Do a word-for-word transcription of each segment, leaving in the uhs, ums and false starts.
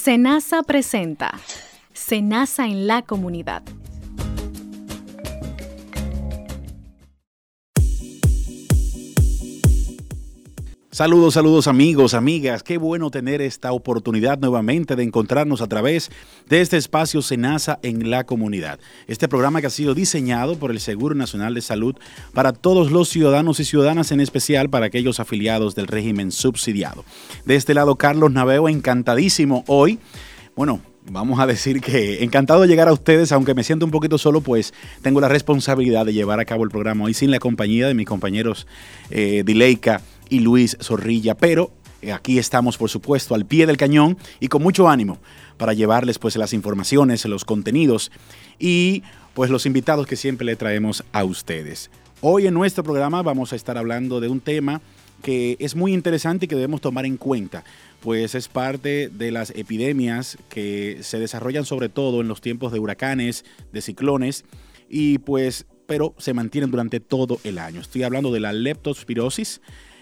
SENASA presenta SENASA en la comunidad. Saludos, saludos amigos, amigas. Qué bueno tener esta oportunidad nuevamente de encontrarnos a través de este espacio SENASA en la comunidad. Este programa que ha sido diseñado por el Seguro Nacional de Salud para todos los ciudadanos y ciudadanas, en especial para aquellos afiliados del régimen subsidiado. De este lado, Carlos Naveo, encantadísimo hoy. Bueno, vamos a decir que encantado de llegar a ustedes, aunque me siento un poquito solo, pues tengo la responsabilidad de llevar a cabo el programa hoy sin la compañía de mis compañeros eh, Dileika y Luis Zorrilla, pero aquí estamos, por supuesto, al pie del cañón y con mucho ánimo para llevarles pues las informaciones, los contenidos y pues los invitados que siempre le traemos a ustedes. Hoy en nuestro programa vamos a estar hablando de un tema que es muy interesante y que debemos tomar en cuenta, pues es parte de las epidemias que se desarrollan sobre todo en los tiempos de huracanes, de ciclones y pues, pero se mantienen durante todo el año. Estoy hablando de la leptospirosis.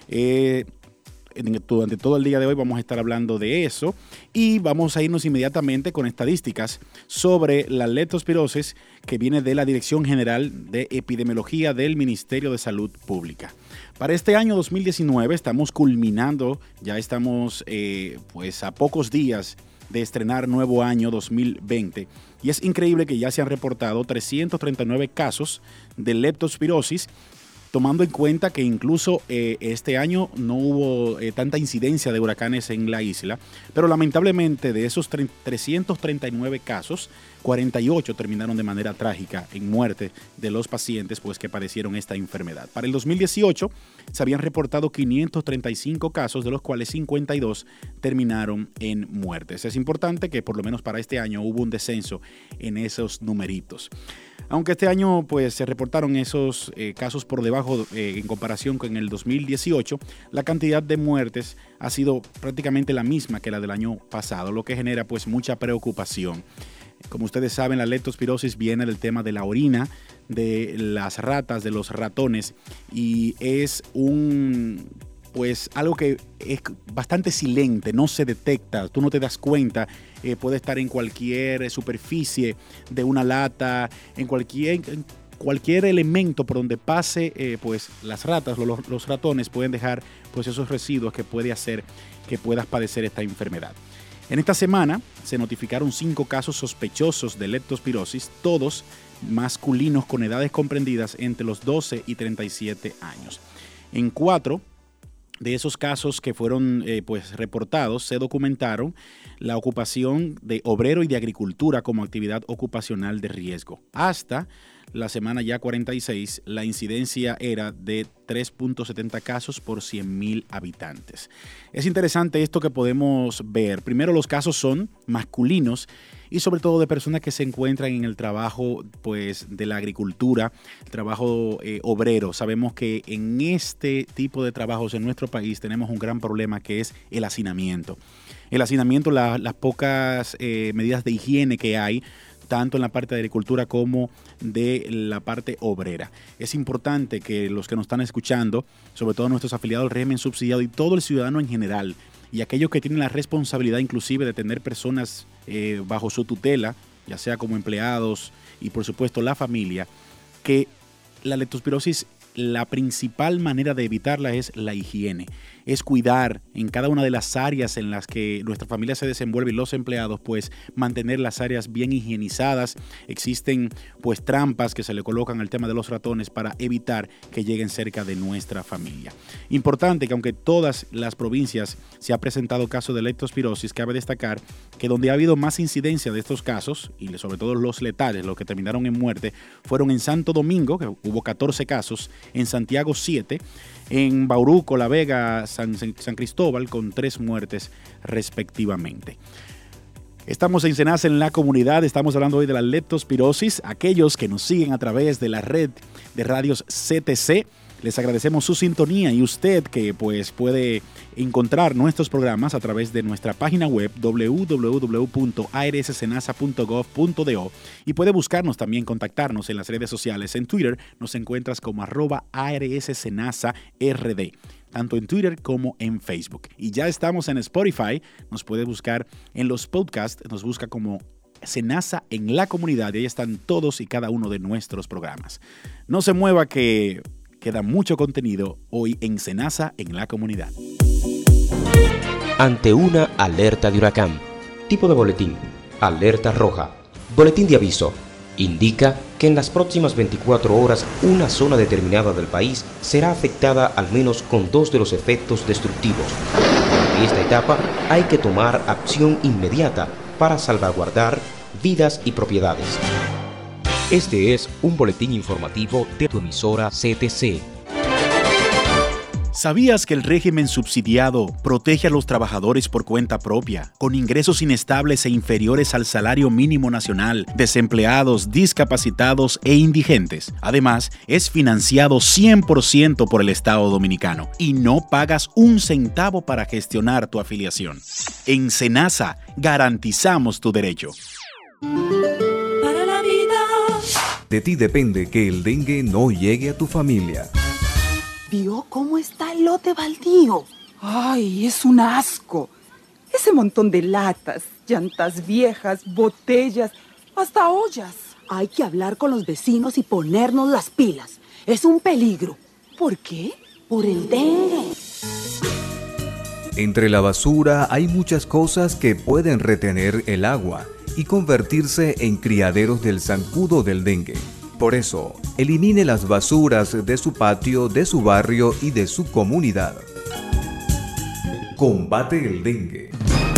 Eh, durante todo el día de hoy vamos a estar hablando de eso y vamos a irnos inmediatamente con estadísticas sobre la leptospirosis que viene de la Dirección General de Epidemiología del Ministerio de Salud Pública. Para este año dos mil diecinueve estamos culminando, ya estamos eh, pues a pocos días de estrenar nuevo año dos mil veinte y es increíble que ya se han reportado trescientos treinta y nueve casos de leptospirosis, tomando en cuenta que incluso eh, este año no hubo eh, tanta incidencia de huracanes en la isla, pero lamentablemente de esos trescientos treinta y nueve casos, cuarenta y ocho terminaron de manera trágica en muerte de los pacientes pues, que padecieron esta enfermedad. Para el dos mil dieciocho se habían reportado quinientos treinta y cinco casos, de los cuales cincuenta y dos terminaron en muertes. Es importante que por lo menos para este año hubo un descenso en esos numeritos. Aunque este año pues, se reportaron esos eh, casos por debajo eh, en comparación con el dos mil dieciocho, la cantidad de muertes ha sido prácticamente la misma que la del año pasado, lo que genera pues, mucha preocupación. Como ustedes saben, la leptospirosis viene del tema de la orina, de las ratas, de los ratones, y es un... pues algo que es bastante silente, no se detecta, tú no te das cuenta, eh, puede estar en cualquier superficie de una lata, en cualquier, en cualquier elemento por donde pase, eh, pues las ratas, los, los ratones pueden dejar pues esos residuos que puede hacer que puedas padecer esta enfermedad. En esta semana se notificaron cinco casos sospechosos de leptospirosis, todos masculinos con edades comprendidas entre los doce y treinta y siete años. En cuatro de esos casos que fueron eh, pues, reportados, se documentaron la ocupación de obrero y de agricultura como actividad ocupacional de riesgo. Hasta la semana ya cuarenta y seis, la incidencia era de tres punto setenta casos por cien mil habitantes. Es interesante esto que podemos ver. Primero, los casos son masculinos y sobre todo de personas que se encuentran en el trabajo pues, de la agricultura, el trabajo eh, obrero. Sabemos que en este tipo de trabajos en nuestro país tenemos un gran problema que es el hacinamiento. El hacinamiento, la, las pocas eh, medidas de higiene que hay, tanto en la parte de agricultura como de la parte obrera. Es importante que los que nos están escuchando, sobre todo nuestros afiliados al régimen subsidiado y todo el ciudadano en general, y aquellos que tienen la responsabilidad inclusive de tener personas eh, bajo su tutela, ya sea como empleados y por supuesto la familia, que la leptospirosis, la principal manera de evitarla es la higiene, es cuidar en cada una de las áreas en las que nuestra familia se desenvuelve y los empleados, pues mantener las áreas bien higienizadas. Existen pues trampas que se le colocan al tema de los ratones para evitar que lleguen cerca de nuestra familia. Importante que aunque todas las provincias se ha presentado casos de leptospirosis, cabe destacar que donde ha habido más incidencia de estos casos, y sobre todo los letales, los que terminaron en muerte, fueron en Santo Domingo, que hubo catorce casos, en Santiago siete, en Bauruco, La Vega, San, San Cristóbal, con tres muertes respectivamente. Estamos en SENASA en la comunidad, estamos hablando hoy de la leptospirosis. Aquellos que nos siguen a través de la red de radios C T C, Les agradecemos su sintonía y usted que pues puede encontrar nuestros programas a través de nuestra página web doble u doble u doble u punto a r s senasa punto gov punto do y puede buscarnos también, contactarnos en las redes sociales. En Twitter nos encuentras como arroba arssenasard, tanto en Twitter como en Facebook. Y ya estamos en Spotify, nos puede buscar en los podcasts, nos busca como Senasa en la comunidad y ahí están todos y cada uno de nuestros programas. No se mueva que queda mucho contenido hoy en Senasa en la comunidad. Ante una alerta de huracán. Tipo de boletín: alerta roja. Boletín de aviso. Indica que en las próximas veinticuatro horas una zona determinada del país será afectada al menos con dos de los efectos destructivos. En esta etapa hay que tomar acción inmediata para salvaguardar vidas y propiedades. Este es un boletín informativo de tu emisora C T C. ¿Sabías que el régimen subsidiado protege a los trabajadores por cuenta propia, con ingresos inestables e inferiores al salario mínimo nacional, desempleados, discapacitados e indigentes? Además, es financiado cien por ciento por el Estado Dominicano y no pagas un centavo para gestionar tu afiliación. En Senasa garantizamos tu derecho. Para la vida. De ti depende que el dengue no llegue a tu familia. ¿Vio cómo está el lote baldío? Ay, es un asco. Ese montón de latas, llantas viejas, botellas, hasta ollas. Hay que hablar con los vecinos y ponernos las pilas. Es un peligro. ¿Por qué? Por el dengue. Entre la basura hay muchas cosas que pueden retener el agua y convertirse en criaderos del zancudo del dengue. Por eso, elimine las basuras de su patio, de su barrio y de su comunidad. Combate el dengue.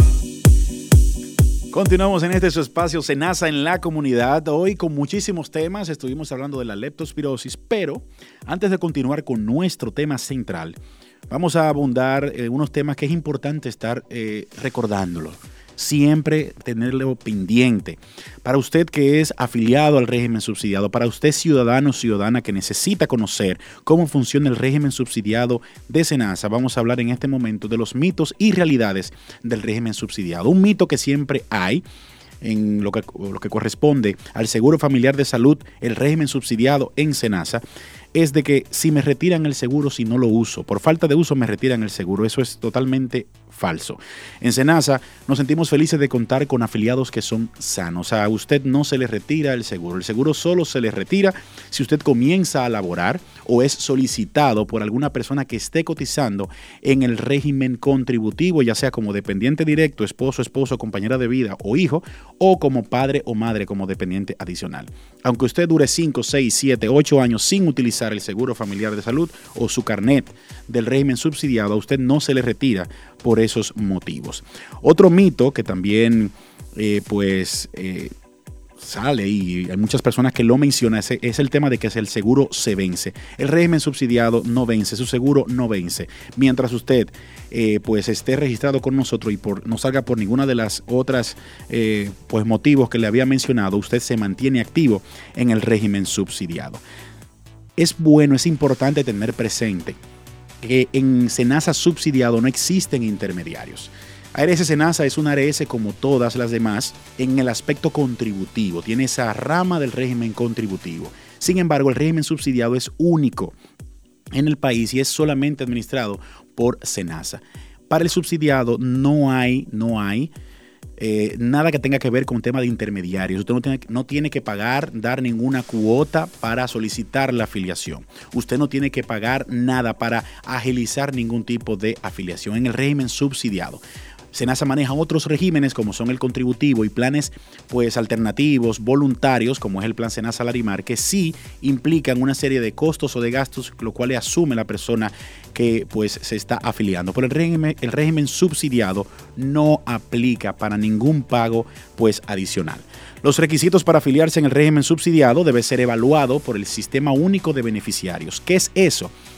Continuamos en este su espacio Senasa en la comunidad. Hoy con muchísimos temas, estuvimos hablando de la leptospirosis, pero antes de continuar con nuestro tema central, vamos a abundar en unos temas que es importante estar eh, recordándolo. Siempre tenerlo pendiente. Para usted que es afiliado al régimen subsidiado, para usted ciudadano o ciudadana que necesita conocer cómo funciona el régimen subsidiado de Senasa, vamos a hablar en este momento de los mitos y realidades del régimen subsidiado. Un mito que siempre hay en lo que, lo que corresponde al seguro familiar de salud, el régimen subsidiado en Senasa, es de que si me retiran el seguro, si no lo uso, por falta de uso me retiran el seguro. Eso es totalmente falso. En Senasa nos sentimos felices de contar con afiliados que son sanos. A usted no se le retira el seguro. El seguro solo se le retira si usted comienza a laborar o es solicitado por alguna persona que esté cotizando en el régimen contributivo, ya sea como dependiente directo, esposo, esposo, compañera de vida o hijo, o como padre o madre como dependiente adicional. Aunque usted dure cinco, seis, siete, ocho años sin utilizar el seguro familiar de salud o su carnet del régimen subsidiado, a usted no se le retira por esos motivos. Otro mito que también eh, pues eh, sale y hay muchas personas que lo mencionan es, es el tema de que el seguro se vence. El régimen subsidiado no vence, su seguro no vence. Mientras usted eh, pues esté registrado con nosotros y por, no salga por ninguna de las otras eh, pues motivos que le había mencionado, usted se mantiene activo en el régimen subsidiado. Es bueno, es importante tener presente que en Senasa subsidiado no existen intermediarios. A R S Senasa es una A R S como todas las demás en el aspecto contributivo, tiene esa rama del régimen contributivo. Sin embargo, el régimen subsidiado es único en el país y es solamente administrado por Senasa. Para el subsidiado no hay, no hay Eh, nada que tenga que ver con tema de intermediarios. Usted no tiene, no tiene que pagar, dar ninguna cuota para solicitar la afiliación. Usted no tiene que pagar nada para agilizar ningún tipo de afiliación en el régimen subsidiado. Senasa maneja otros regímenes como son el contributivo y planes pues alternativos, voluntarios, como es el plan Senasa Larimar, que sí implican una serie de costos o de gastos, lo cual asume la persona que pues se está afiliando. Pero el régimen, el régimen subsidiado no aplica para ningún pago pues adicional. Los requisitos para afiliarse en el régimen subsidiado debe ser evaluado por el Sistema Único de Beneficiarios. ¿Qué es eso?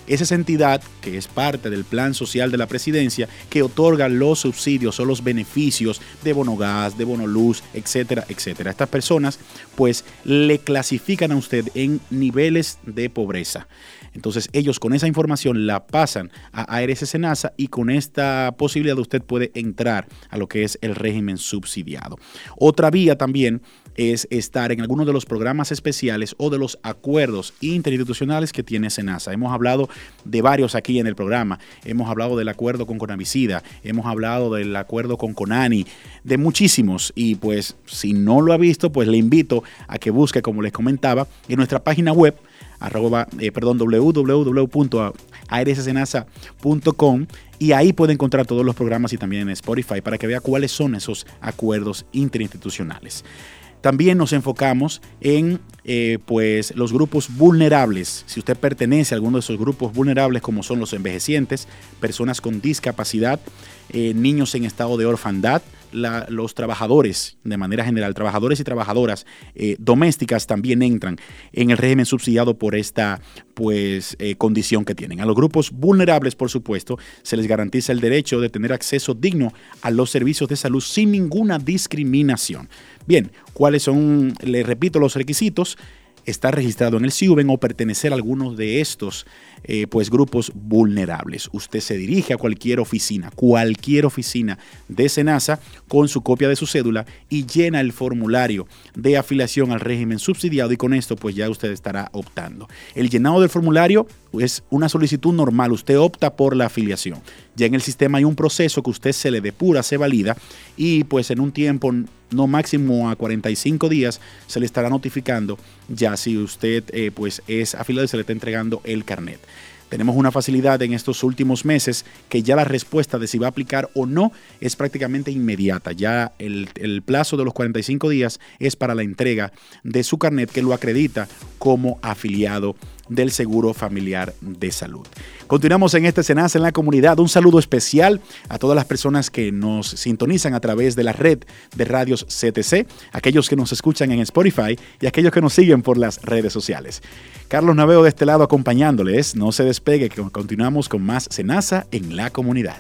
es esa entidad que es parte del plan social de la presidencia que otorga los subsidios o los beneficios de bono gas, de bono luz, etcétera, etcétera. Estas personas pues le clasifican a usted en niveles de pobreza. Entonces ellos con esa información la pasan a A R S SENASA y con esta posibilidad usted puede entrar a lo que es el régimen subsidiado. Otra vía también es estar en algunos de los programas especiales o de los acuerdos interinstitucionales que tiene SENASA. Hemos hablado de varios aquí en el programa. Hemos hablado del acuerdo con Conavicida, hemos hablado del acuerdo con CONANI, de muchísimos. Y pues si no lo ha visto, pues le invito a que busque, como les comentaba, en nuestra página web, arroba, eh, perdón, w w w punto a r s senasa punto com, y ahí puede encontrar todos los programas y también en Spotify para que vea cuáles son esos acuerdos interinstitucionales. También nos enfocamos en eh, pues, los grupos vulnerables. Si usted pertenece a alguno de esos grupos vulnerables, como son los envejecientes, personas con discapacidad, eh, niños en estado de orfandad, la, los trabajadores, de manera general, trabajadores y trabajadoras eh, domésticas también entran en el régimen subsidiado por esta pues, eh, condición que tienen. A los grupos vulnerables, por supuesto, se les garantiza el derecho de tener acceso digno a los servicios de salud sin ninguna discriminación. Bien, ¿cuáles son? Les repito los requisitos. Estar registrado en el SIUBEN o pertenecer a algunos de estos eh, pues, grupos vulnerables. Usted se dirige a cualquier oficina, cualquier oficina de SENASA con su copia de su cédula y llena el formulario de afiliación al régimen subsidiado, y con esto pues ya usted estará optando. El llenado del formulario es una solicitud normal, usted opta por la afiliación. Ya en el sistema hay un proceso que usted se le depura, se valida, y pues en un tiempo no máximo a cuarenta y cinco días se le estará notificando ya si usted eh, pues es afiliado y se le está entregando el carnet. Tenemos una facilidad en estos últimos meses que ya la respuesta de si va a aplicar o no es prácticamente inmediata. Ya el, el plazo de los cuarenta y cinco días es para la entrega de su carnet que lo acredita como afiliado del Seguro Familiar de Salud. Continuamos en este SENASA en la comunidad. Un saludo especial a todas las personas que nos sintonizan a través de la red de radios C T C, aquellos que nos escuchan en Spotify y aquellos que nos siguen por las redes sociales. Carlos Naveo de este lado acompañándoles. No se despegue, que continuamos con más SENASA en la comunidad.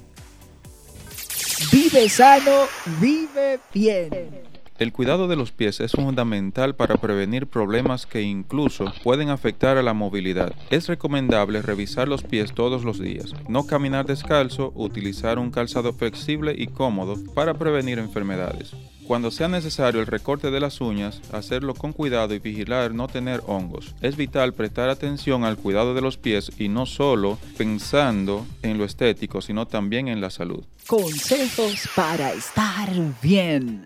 Vive sano, vive bien. El cuidado de los pies es fundamental para prevenir problemas que incluso pueden afectar a la movilidad. Es recomendable revisar los pies todos los días, no caminar descalzo, utilizar un calzado flexible y cómodo para prevenir enfermedades. Cuando sea necesario el recorte de las uñas, hacerlo con cuidado y vigilar no tener hongos. Es vital prestar atención al cuidado de los pies y no solo pensando en lo estético, sino también en la salud. Consejos para estar bien.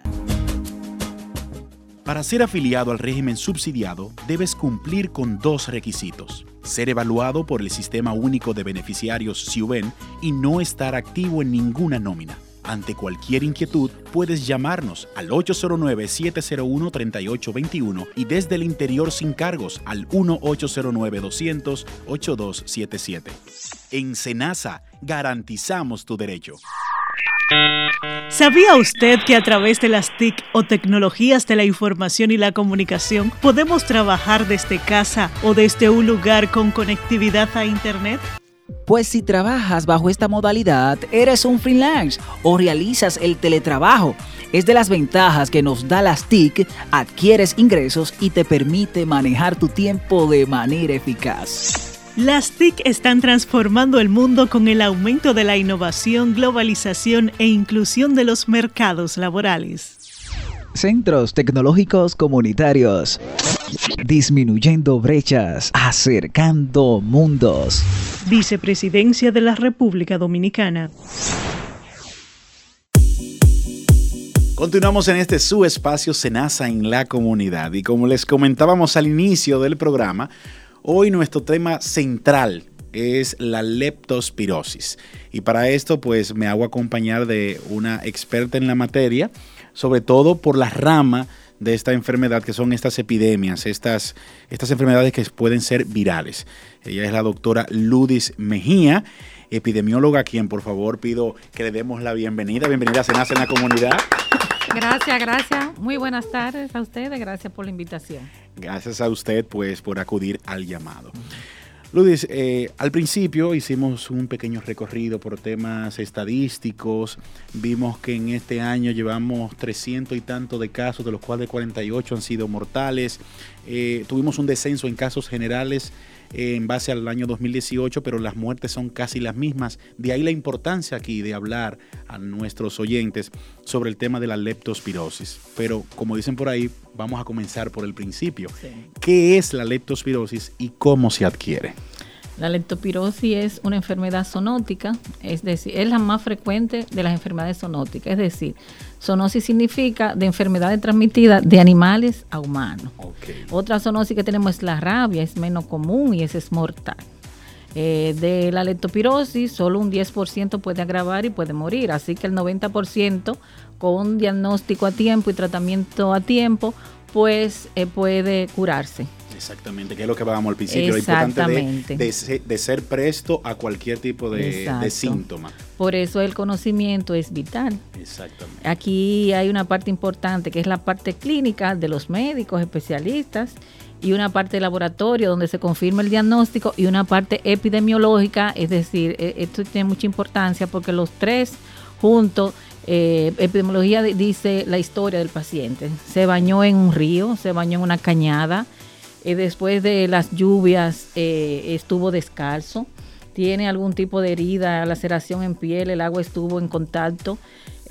Para ser afiliado al régimen subsidiado, debes cumplir con dos requisitos: ser evaluado por el Sistema Único de Beneficiarios SIUBEN y no estar activo en ninguna nómina. Ante cualquier inquietud, puedes llamarnos al ocho cero nueve, siete cero uno, tres ocho dos uno y desde el interior sin cargos al uno ocho cero nueve, dos cero cero, ocho dos siete siete. En SENASA garantizamos tu derecho. ¿Sabía usted que a través de las T I C o tecnologías de la información y la comunicación podemos trabajar desde casa o desde un lugar con conectividad a Internet? Pues si trabajas bajo esta modalidad, eres un freelance o realizas el teletrabajo. Es de las ventajas que nos da las T I C, adquieres ingresos y te permite manejar tu tiempo de manera eficaz. Las T I C están transformando el mundo con el aumento de la innovación, globalización e inclusión de los mercados laborales. Centros tecnológicos comunitarios. Disminuyendo brechas, acercando mundos. Vicepresidencia de la República Dominicana. Continuamos en este su espacio SENASA en la comunidad, y como les comentábamos al inicio del programa, hoy nuestro tema central es la leptospirosis, y para esto pues me hago acompañar de una experta en la materia, sobre todo por la rama de esta enfermedad que son estas epidemias, estas, estas enfermedades que pueden ser virales. Ella es la doctora Ludis Mejía, epidemióloga, a quien por favor pido que le demos la bienvenida. Bienvenida a SENASA en la comunidad. Gracias, gracias. Muy buenas tardes a ustedes. Gracias por la invitación. Gracias a usted pues por acudir al llamado. Lourdes, eh, al principio hicimos un pequeño recorrido por temas estadísticos. Vimos que en este año llevamos trescientos y tanto de casos, de los cuales cuarenta y ocho han sido mortales. Eh, tuvimos un descenso en casos generales eh, en base al año dos mil dieciocho, pero las muertes son casi las mismas. De ahí la importancia aquí de hablar a nuestros oyentes sobre el tema de la leptospirosis. Pero como dicen por ahí, vamos a comenzar por el principio. Sí. ¿Qué es la leptospirosis y cómo se adquiere? La leptospirosis es una enfermedad zoonótica, es decir, es la más frecuente de las enfermedades zoonóticas. Es decir, zoonosis significa de enfermedades transmitidas de animales a humanos. Okay. Otra zoonosis que tenemos es la rabia, es menos común y esa es mortal. Eh, de la leptospirosis, solo un diez por ciento puede agravar y puede morir, así que el noventa por ciento con un diagnóstico a tiempo y tratamiento a tiempo, pues eh, puede curarse. Exactamente, que es lo que hablábamos al principio, lo importante de, de, de ser presto a cualquier tipo de, de síntoma. Por eso el conocimiento es vital. Exactamente. Aquí hay una parte importante que es la parte clínica de los médicos especialistas y una parte de laboratorio donde se confirma el diagnóstico y una parte epidemiológica, es decir, esto tiene mucha importancia porque los tres juntos, eh, epidemiología dice la historia del paciente. Se bañó en un río, se bañó en una cañada, eh, después de las lluvias eh, estuvo descalzo, tiene algún tipo de herida, laceración en piel, el agua estuvo en contacto,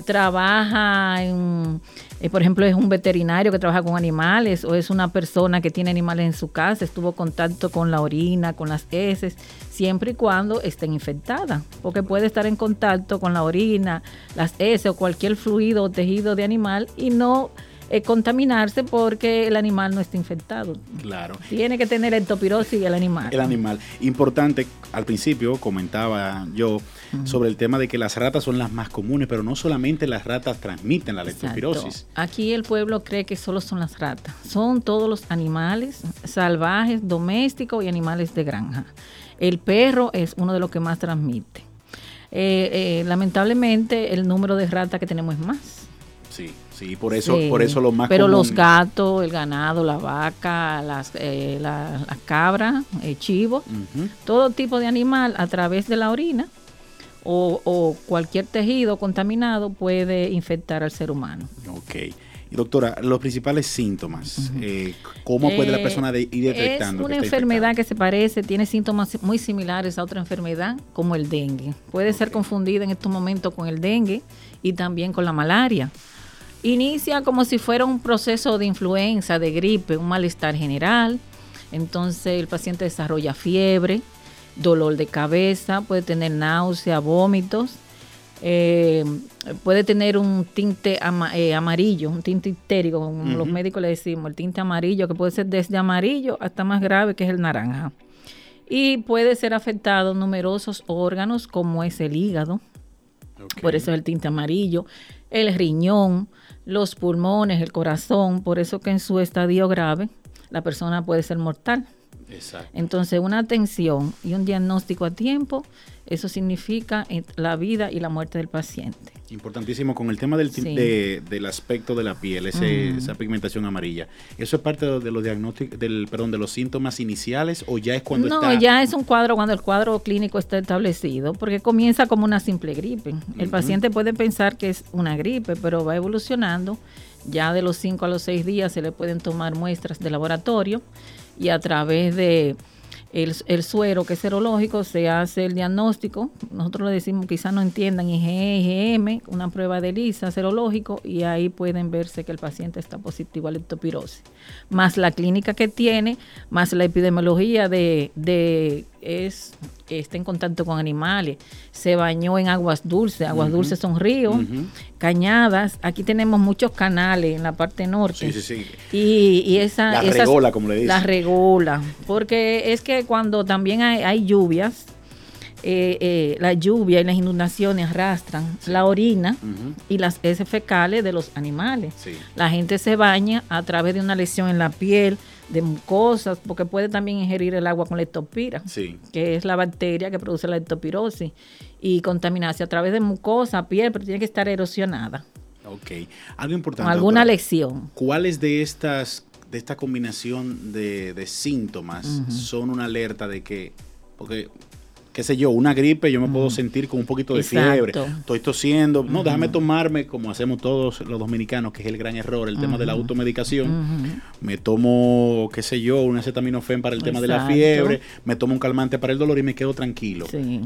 trabaja en, eh, por ejemplo, es un veterinario que trabaja con animales o es una persona que tiene animales en su casa, estuvo en contacto con la orina, con las heces, siempre y cuando estén infectadas, porque puede estar en contacto con la orina, las heces o cualquier fluido o tejido de animal y no eh, contaminarse porque el animal no está infectado. Claro. Tiene que tener leptospirosis el animal. El animal. Importante, al principio comentaba yo uh-huh. sobre el tema de que las ratas son las más comunes, pero no solamente las ratas transmiten la leptospirosis. Aquí el pueblo cree que solo son las ratas. Son todos los animales salvajes, domésticos y animales de granja. El perro es uno de los que más transmite. Eh, eh, lamentablemente el número de ratas que tenemos es más. Sí, sí, por eso, sí, por eso lo más pero común. Los gatos, el ganado, la vaca, las, eh, la, las cabras, el chivo, uh-huh. todo tipo de animal a través de la orina o, o cualquier tejido contaminado puede infectar al ser humano. Ok. Y doctora, los principales síntomas, uh-huh. eh, ¿cómo puede eh, la persona de ir detectando? Es una que está enfermedad infectada? Que se parece, tiene síntomas muy similares a otra enfermedad, como el dengue. Puede okay. ser confundida en estos momentos con el dengue y también con la malaria. Inicia como si fuera un proceso de influenza, de gripe, un malestar general. Entonces el paciente desarrolla fiebre, dolor de cabeza, puede tener náusea, vómitos. Eh, puede tener un tinte ama, eh, amarillo, un tinte histérico, como uh-huh. los médicos le decimos, el tinte amarillo, que puede ser desde amarillo hasta más grave, que es el naranja. Y puede ser afectado numerosos órganos, como es el hígado, okay. por eso es el tinte amarillo, el riñón, los pulmones, el corazón, por eso que en su estadio grave la persona puede ser mortal. Exacto. Entonces, una atención y un diagnóstico a tiempo, eso significa la vida y la muerte del paciente. Importantísimo con el tema del, sí. de, del aspecto de la piel, ese, mm. esa pigmentación amarilla. ¿Eso es parte de los diagnósticos, del, perdón, de los síntomas iniciales o ya es cuando no, está? No, ya es un cuadro cuando el cuadro clínico está establecido, porque comienza como una simple gripe. El uh-huh. paciente puede pensar que es una gripe, pero va evolucionando. Ya de los cinco a los seis días se le pueden tomar muestras de laboratorio y a través de el, el suero, que es serológico, se hace el diagnóstico. Nosotros le decimos, quizás no entiendan, I G E, I G M, una prueba de ELISA serológico, y ahí pueden verse que el paciente está positivo a leptospirosis. Más la clínica que tiene, más la epidemiología de, de es está en contacto con animales, se bañó en aguas dulces, aguas uh-huh. dulces son ríos, uh-huh. cañadas, aquí tenemos muchos canales en la parte norte. Sí, sí, sí. Y, y esa, la esas, regola, como le dicen. La regola, porque es que cuando también hay, hay lluvias, eh, eh, la lluvia y las inundaciones arrastran sí. la orina uh-huh. y las heces fecales de los animales. Sí. La gente se baña a través de una lesión en la piel, de mucosas, porque puede también ingerir el agua con leptospira, sí. que es la bacteria que produce la leptospirosis, y contaminarse a través de mucosa, piel, pero tiene que estar erosionada. Ok. Algo importante. Con alguna doctora, lesión. ¿Cuáles de estas, de esta combinación de, de síntomas uh-huh. son una alerta de que porque, qué sé yo, una gripe, yo me mm. puedo sentir con un poquito de Exacto. fiebre, estoy tosiendo, no, uh-huh. déjame tomarme, como hacemos todos los dominicanos, que es el gran error, el uh-huh. tema de la automedicación, uh-huh. me tomo, qué sé yo, un acetaminofén para el tema Exacto. de la fiebre, me tomo un calmante para el dolor y me quedo tranquilo. Sí.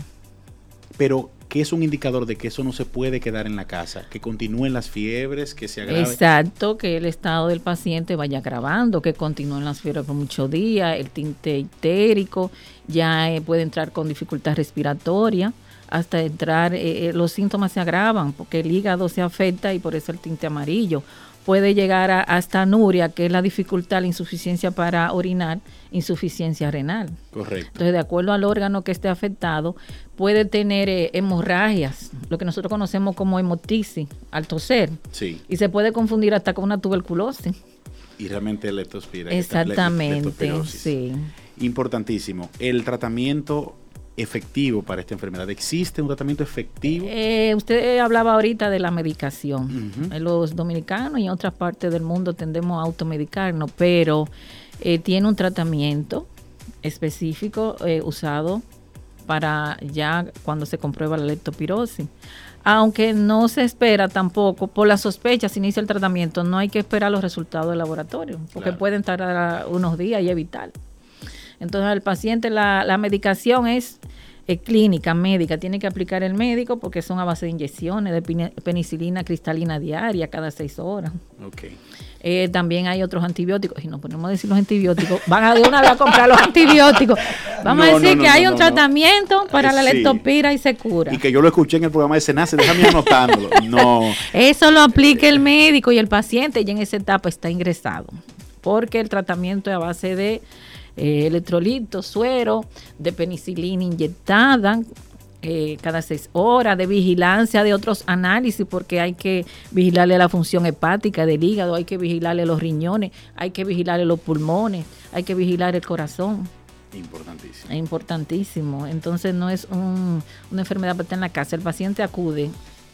Pero, ¿qué es un indicador de que eso no se puede quedar en la casa? Que continúen las fiebres, que se agrave. Exacto, que el estado del paciente vaya agravando, que continúen las fiebres por muchos días, el tinte ictérico, ya eh, puede entrar con dificultad respiratoria, hasta entrar, eh, los síntomas se agravan, porque el hígado se afecta y por eso el tinte amarillo. Puede llegar a, hasta anuria, que es la dificultad, la insuficiencia para orinar, insuficiencia renal. Correcto. Entonces, de acuerdo al órgano que esté afectado, puede tener eh, hemorragias, lo que nosotros conocemos como hemotisis, al toser. Sí. Y se puede confundir hasta con una tuberculosis. Y realmente leptospira. Exactamente, sí. Importantísimo. El tratamiento efectivo para esta enfermedad. ¿Existe un tratamiento efectivo? Eh, usted hablaba ahorita de la medicación. Uh-huh. Los dominicanos y en otras partes del mundo tendemos a automedicarnos, pero eh, tiene un tratamiento específico eh, usado para ya cuando se comprueba la leptospirosis. Aunque no se espera tampoco, por la sospecha, se inicia el tratamiento, no hay que esperar los resultados del laboratorio, porque claro. pueden tardar unos días y es vital. Entonces, al paciente la, la medicación es eh, clínica, médica, tiene que aplicar el médico porque son a base de inyecciones de penicilina cristalina diaria cada seis horas. Okay. Eh, también hay otros antibióticos, y no ponemos a decir los antibióticos, van a de una vez a comprar los antibióticos. Vamos no, a decir no, no, que no, hay no, un no, tratamiento no. para eh, la leptospira sí. y se cura. Y que yo lo escuché en el programa de Senasa, déjame anotándolo. No. Eso lo aplica el médico y el paciente ya en esa etapa está ingresado, porque el tratamiento es a base de Eh, electrolitos, suero, de penicilina inyectada eh, cada seis horas, de vigilancia de otros análisis, porque hay que vigilarle la función hepática del hígado, hay que vigilarle los riñones, hay que vigilarle los pulmones, hay que vigilar el corazón. Importantísimo. Es importantísimo. Entonces no es un, una enfermedad para estar en la casa, el paciente acude.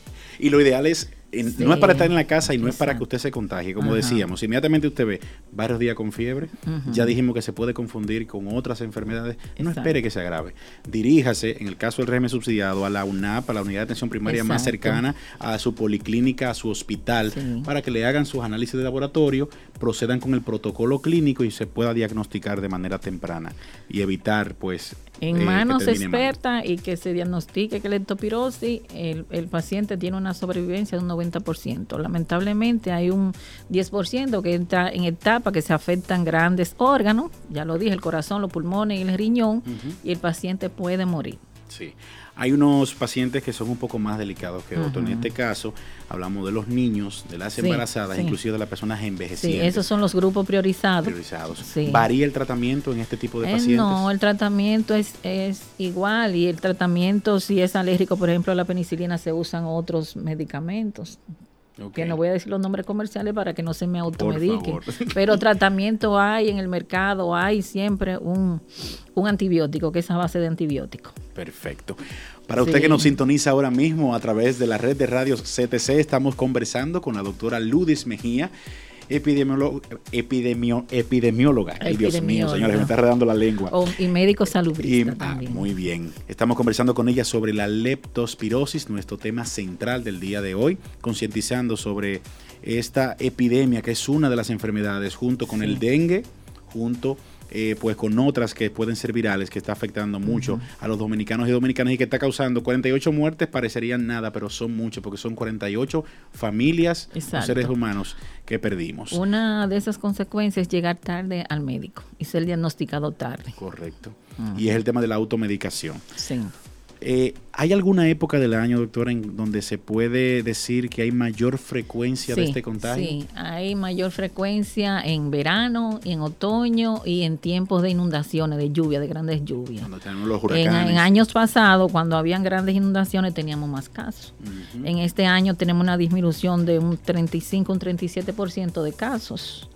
Y lo ideal es, en, sí. no es para estar en la casa y no Exacto. es para que usted se contagie, como Ajá. decíamos. Inmediatamente usted ve varios días con fiebre, uh-huh. ya dijimos que se puede confundir con otras enfermedades, Exacto. no espere que se agrave. Diríjase, en el caso del régimen subsidiado, a la U N A P, a la unidad de atención primaria Exacto. más cercana, a su policlínica, a su hospital, sí. para que le hagan sus análisis de laboratorio, procedan con el protocolo clínico y se pueda diagnosticar de manera temprana y evitar, pues, en eh, manos expertas y que se diagnostique que la leptospirosis, el, el paciente tiene una sobrevivencia de un noventa por ciento. Lamentablemente hay un diez por ciento que entra en etapa que se afectan grandes órganos, ya lo dije, el corazón, los pulmones y el riñón, uh-huh. y el paciente puede morir. Sí. Hay unos pacientes que son un poco más delicados que otros. Uh-huh. En este caso, hablamos de los niños, de las embarazadas, sí, sí. inclusive de las personas envejecientes. Sí, esos son los grupos priorizados. priorizados. Sí. ¿Varía el tratamiento en este tipo de eh, pacientes? No, el tratamiento es, es igual. Y el tratamiento, si es alérgico, por ejemplo, a la penicilina, se usan otros medicamentos. Okay. Que no voy a decir los nombres comerciales para que no se me automediquen. Pero tratamiento hay en el mercado, hay siempre un, un antibiótico, que es a base de antibiótico. Perfecto. Para usted sí. que nos sintoniza ahora mismo a través de la red de radios C T C, estamos conversando con la doctora Ludis Mejía, epidemiólogo, epidemio, epidemióloga. Ay, Dios mío, señores, me está redando la lengua. Oh, y médico salubrista y, también. Ah, muy bien. Estamos conversando con ella sobre la leptospirosis, nuestro tema central del día de hoy, concientizando sobre esta epidemia que es una de las enfermedades, junto con sí. el dengue, junto Eh, pues con otras que pueden ser virales, que está afectando mucho uh-huh. a los dominicanos y dominicanas y que está causando cuarenta y ocho muertes. Parecerían nada, pero son muchas, porque son cuarenta y ocho familias o seres humanos que perdimos. Una de esas consecuencias es llegar tarde al médico y ser diagnosticado tarde. Correcto. Uh-huh. Y es el tema de la automedicación. Sí. Eh, ¿Hay alguna época del año, doctora, en donde se puede decir que hay mayor frecuencia sí, de este contagio? Sí, hay mayor frecuencia en verano, en otoño y en tiempos de inundaciones, de lluvia, de grandes lluvias. Cuando tenemos los huracanes. En, en años pasados, cuando habían grandes inundaciones, teníamos más casos. Uh-huh. En este año tenemos una disminución de un treinta y cinco, un treinta y siete por ciento de casos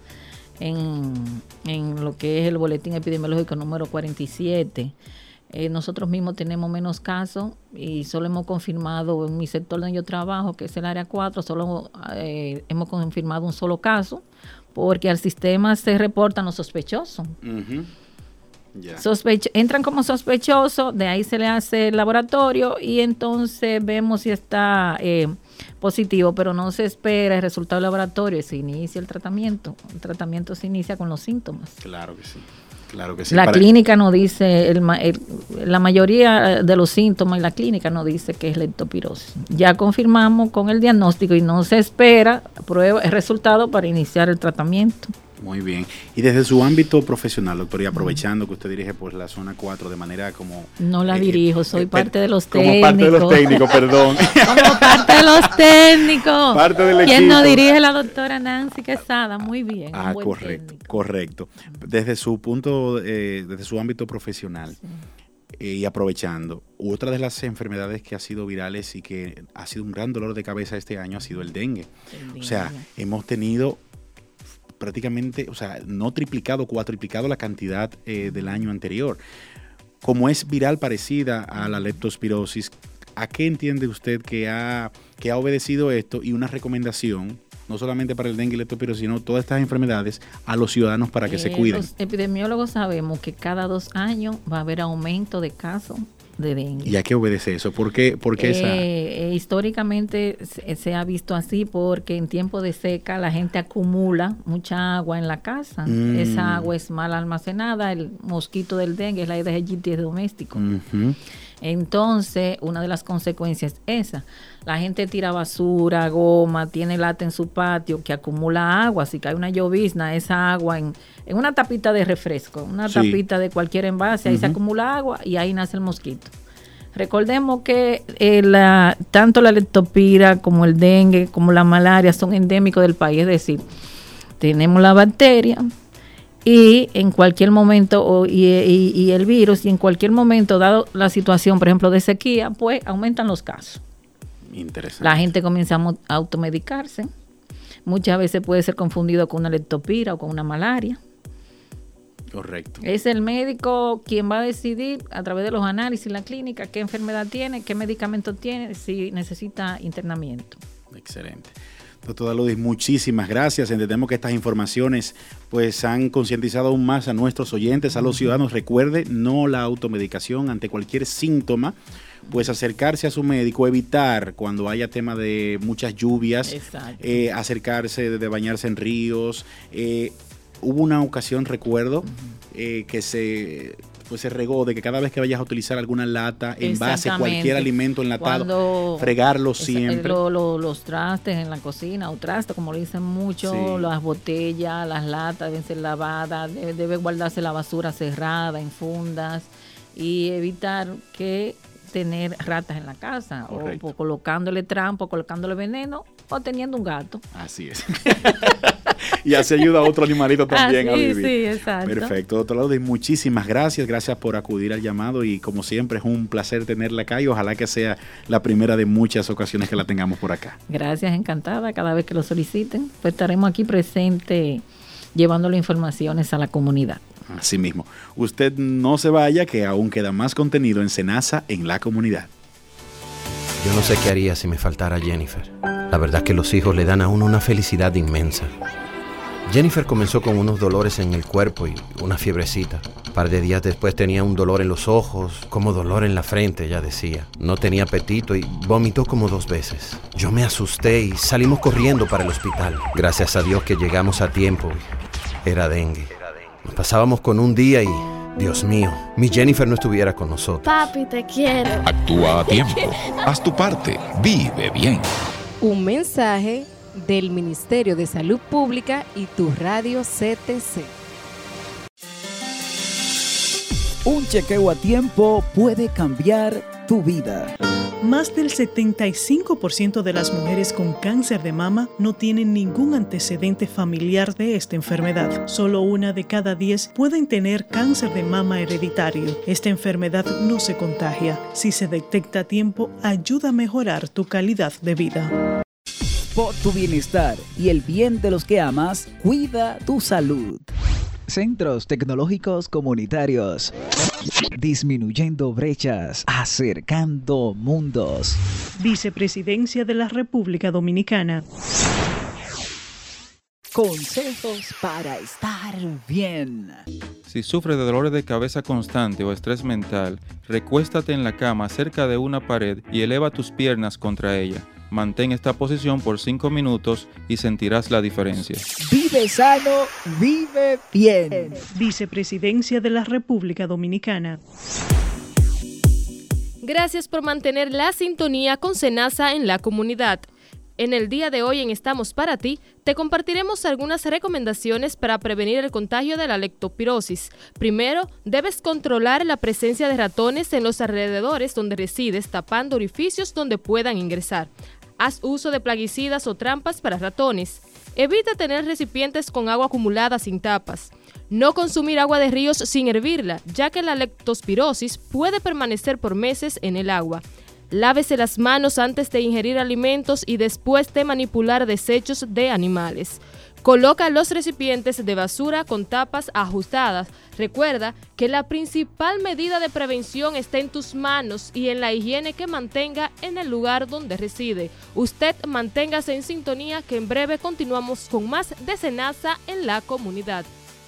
en, en lo que es el boletín epidemiológico número cuarenta y siete. Eh, nosotros mismos tenemos menos casos y solo hemos confirmado en mi sector donde yo trabajo, que es el área cuatro, solo eh, hemos confirmado un solo caso, porque al sistema se reportan los sospechosos. Uh-huh. Yeah. Sospecho, entran como sospechosos, de ahí se le hace el laboratorio y entonces vemos si está eh, positivo, pero no se espera el resultado del laboratorio y se inicia el tratamiento. El tratamiento se inicia con los síntomas. Claro que sí. Claro que sí. La Para... clínica no dice, el, el, la mayoría de los síntomas y la clínica no dice que es leptospirosis. Ya confirmamos con el diagnóstico y no se espera prueba, el resultado para iniciar el tratamiento. Muy bien. Y desde su ámbito profesional, doctor, y aprovechando que usted dirige pues la zona cuatro de manera como... No la eh, dirijo, soy eh, parte de los como técnicos. Como parte de los técnicos, perdón. Como parte de los técnicos. Parte del ¿Quién equipo? nos dirige? La doctora Nancy Quesada, muy bien. Ah, correcto, técnico. correcto. Desde su punto, eh, desde su ámbito profesional, sí. eh, y aprovechando, otra de las enfermedades que ha sido virales y que ha sido un gran dolor de cabeza este año ha sido el dengue. El dengue. O sea, hemos tenido... prácticamente, o sea, no triplicado, cuatriplicado la cantidad eh, del año anterior. Como es viral parecida a la leptospirosis, ¿a qué entiende usted que ha, que ha obedecido esto y una recomendación, no solamente para el dengue y leptospirosis, sino todas estas enfermedades a los ciudadanos para que eh, se cuiden? Los epidemiólogos sabemos que cada dos años va a haber aumento de casos de dengue. ¿Y a qué obedece eso? ¿Por qué, por qué eh, esa? Eh, históricamente se, se ha visto así porque en tiempo de seca la gente acumula mucha agua en la casa. Mm. Esa agua es mal almacenada. El mosquito del dengue es la Aedes aegypti doméstico. Uh-huh. Entonces, una de las consecuencias es esa. La gente tira basura, goma, tiene lata en su patio que acumula agua. Si cae una llovizna, esa agua en, en una tapita de refresco, una sí. tapita de cualquier envase, ahí uh-huh. se acumula agua y ahí nace el mosquito. Recordemos que eh, la, tanto la leptospira como el dengue, como la malaria son endémicos del país. Es decir, tenemos la bacteria y en cualquier momento, o, y, y, y el virus, y en cualquier momento, dado la situación, por ejemplo, de sequía, pues aumentan los casos. Interesante. La gente comienza a automedicarse. Muchas veces puede ser confundido con una leptospira o con una malaria. Correcto. Es el médico quien va a decidir a través de los análisis en la clínica qué enfermedad tiene, qué medicamento tiene, si necesita internamiento. Excelente. Doctor Daludis, muchísimas gracias. Entendemos que estas informaciones pues han concientizado aún más a nuestros oyentes, a los ciudadanos. Recuerde, no la automedicación ante cualquier síntoma, pues acercarse a su médico, evitar cuando haya tema de muchas lluvias, eh, acercarse de, de bañarse en ríos. Eh, hubo una ocasión, recuerdo, eh, que se... pues se regó de que cada vez que vayas a utilizar alguna lata, envase, cualquier alimento enlatado, Cuando fregarlo siempre. Lo, lo, los trastes en la cocina, o trastes, como le dicen mucho, sí. las botellas, las latas deben ser lavadas, debe, debe guardarse la basura cerrada en fundas y evitar que tener ratas en la casa. Correcto. O, o colocándole trampo, colocándole veneno o teniendo un gato. Así es. Y así ayuda a otro animalito también así, a vivir. Sí, exacto. Perfecto. Doctor Daludis, muchísimas gracias. Gracias por acudir al llamado y como siempre es un placer tenerla acá y ojalá que sea la primera de muchas ocasiones que la tengamos por acá. Gracias, encantada. Cada vez que lo soliciten, pues estaremos aquí presentes llevándole informaciones a la comunidad. Así mismo. Usted no se vaya, que aún queda más contenido en Senasa en la comunidad. Yo no sé qué haría si me faltara Jennifer. La verdad es que los hijos le dan a uno una felicidad inmensa. Jennifer comenzó con unos dolores en el cuerpo y una fiebrecita. Un par de días después tenía un dolor en los ojos, como dolor en la frente, ella decía. No tenía apetito y vomitó como dos veces. Yo me asusté y salimos corriendo para el hospital. Gracias a Dios que llegamos a tiempo. Era dengue. Nos pasábamos con un día y, Dios mío, mi Jennifer no estuviera con nosotros. Papi, te quiero. Actúa a tiempo. Haz tu parte. Vive bien. Un mensaje del Ministerio de Salud Pública y tu radio C T C. Un chequeo a tiempo puede cambiar tu vida. Más del setenta y cinco por ciento de las mujeres con cáncer de mama no tienen ningún antecedente familiar de esta enfermedad. Solo una de cada diez pueden tener cáncer de mama hereditario. Esta enfermedad no se contagia. Si se detecta a tiempo, ayuda a mejorar tu calidad de vida. Por tu bienestar y el bien de los que amas, cuida tu salud. Centros Tecnológicos Comunitarios. Disminuyendo brechas, acercando mundos. Vicepresidencia de la República Dominicana. Consejos para estar bien. Si sufres de dolores de cabeza constante o estrés mental, recuéstate en la cama cerca de una pared y eleva tus piernas contra ella. Mantén esta posición por cinco minutos y sentirás la diferencia. Vive sano, vive bien. Vicepresidencia de la República Dominicana. Gracias por mantener la sintonía con SENASA en la comunidad. En el día de hoy en Estamos para ti, te compartiremos algunas recomendaciones para prevenir el contagio de la leptospirosis. Primero, debes controlar la presencia de ratones en los alrededores donde resides, tapando orificios donde puedan ingresar. Haz uso de plaguicidas o trampas para ratones. Evita tener recipientes con agua acumulada sin tapas. No consumir agua de ríos sin hervirla, ya que la leptospirosis puede permanecer por meses en el agua. Lávese las manos antes de ingerir alimentos y después de manipular desechos de animales. Coloca los recipientes de basura con tapas ajustadas. Recuerda que la principal medida de prevención está en tus manos y en la higiene que mantenga en el lugar donde reside. Usted manténgase en sintonía, que en breve continuamos con más de SENASA en la comunidad.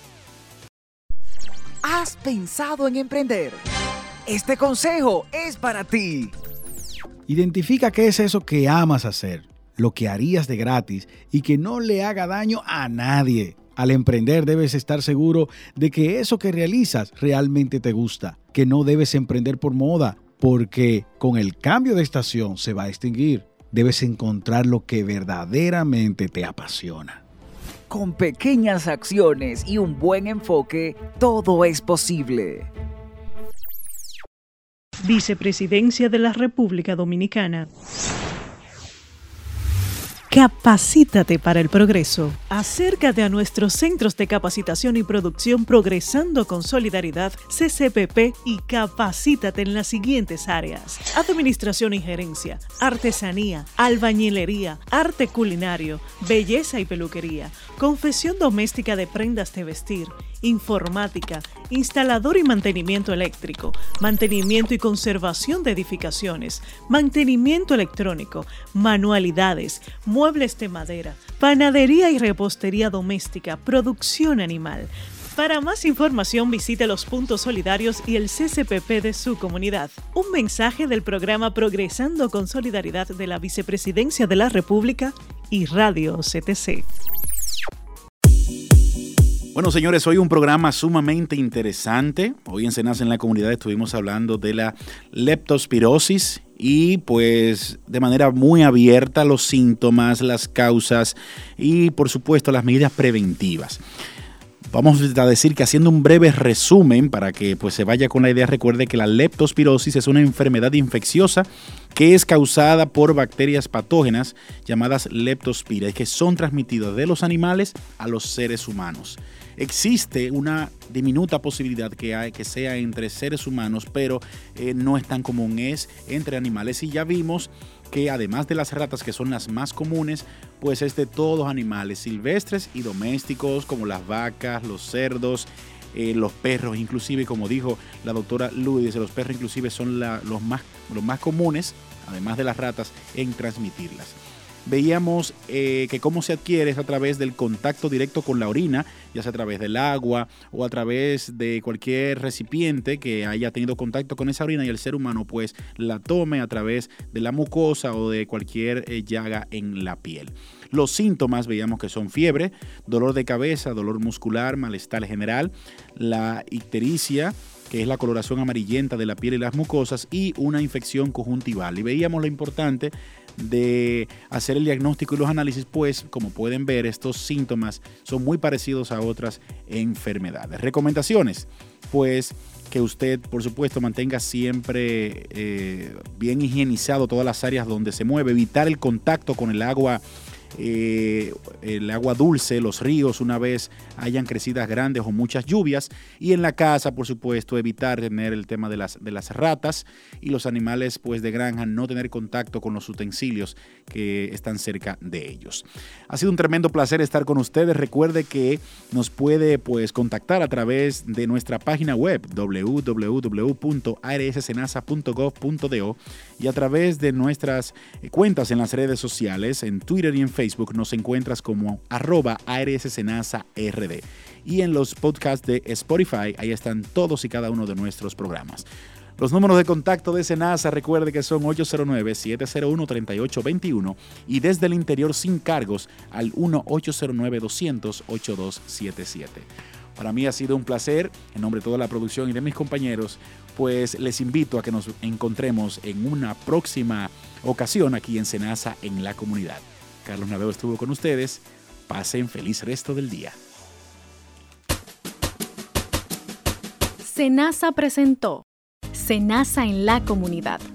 ¿Has pensado en emprender? Este consejo es para ti. Identifica qué es eso que amas hacer, lo que harías de gratis y que no le haga daño a nadie. Al emprender debes estar seguro de que eso que realizas realmente te gusta, que no debes emprender por moda, porque con el cambio de estación se va a extinguir. Debes encontrar lo que verdaderamente te apasiona. Con pequeñas acciones y un buen enfoque, todo es posible. Vicepresidencia de la República Dominicana. Capacítate para el progreso. Acércate a nuestros centros de capacitación y producción Progresando con Solidaridad, C C P P, y capacítate en las siguientes áreas: administración y gerencia, artesanía, albañilería, arte culinario, belleza y peluquería, confección doméstica de prendas de vestir, informática, instalador y mantenimiento eléctrico, mantenimiento y conservación de edificaciones, mantenimiento electrónico, manualidades, muebles de madera, panadería y repostería doméstica, producción animal. Para más información visite los puntos solidarios y el C C P P de su comunidad. Un mensaje del programa Progresando con Solidaridad de la Vicepresidencia de la República y Radio C T C. Bueno, señores, hoy un programa sumamente interesante. Hoy en SENASA en la comunidad estuvimos hablando de la leptospirosis y pues de manera muy abierta los síntomas, las causas y por supuesto las medidas preventivas. Vamos a decir que haciendo un breve resumen para que pues se vaya con la idea, recuerde que la leptospirosis es una enfermedad infecciosa que es causada por bacterias patógenas llamadas leptospira y que son transmitidas de los animales a los seres humanos. Existe una diminuta posibilidad que, hay, que sea entre seres humanos, pero eh, no es tan común, es entre animales. Y ya vimos que además de las ratas, que son las más comunes, pues es de todos los animales silvestres y domésticos, como las vacas, los cerdos, eh, los perros, inclusive, como dijo la doctora Lourdes, los perros inclusive son la, los, más, los más comunes, además de las ratas, en transmitirlas. Veíamos eh, que cómo se adquiere es a través del contacto directo con la orina, ya sea a través del agua o a través de cualquier recipiente que haya tenido contacto con esa orina y el ser humano pues la tome a través de la mucosa o de cualquier eh, llaga en la piel. Los síntomas veíamos que son fiebre, dolor de cabeza, dolor muscular, malestar general, la ictericia, que es la coloración amarillenta de la piel y las mucosas, y una infección conjuntival. Y veíamos lo importante de hacer el diagnóstico y los análisis, pues como pueden ver estos síntomas son muy parecidos a otras enfermedades. Recomendaciones, pues que usted por supuesto mantenga siempre eh, bien higienizado todas las áreas donde se mueve, evitar el contacto con el agua Eh, el agua dulce, los ríos, una vez hayan crecidas grandes o muchas lluvias, y en la casa, por supuesto, evitar tener el tema de las, de las ratas y los animales pues de granja, no tener contacto con los utensilios que están cerca de ellos. Ha sido un tremendo placer estar con ustedes. Recuerde que nos puede pues contactar a través de nuestra página web doble u doble u doble u punto a r s senasa punto gov punto do y a través de nuestras cuentas en las redes sociales, en Twitter y en Facebook, Facebook nos encuentras como arroba A R S Senasa R D. Y en los podcasts de Spotify, ahí están todos y cada uno de nuestros programas. Los números de contacto de Senasa, recuerde que son ocho cero nueve, siete cero uno, tres ocho dos uno y desde el interior sin cargos al uno ocho cero nueve, dos cero cero, ocho dos siete siete. Para mí ha sido un placer, en nombre de toda la producción y de mis compañeros, pues les invito a que nos encontremos en una próxima ocasión aquí en Senasa en la comunidad. Carlos Naveo estuvo con ustedes. Pasen feliz resto del día. Senasa presentó Senasa en la comunidad.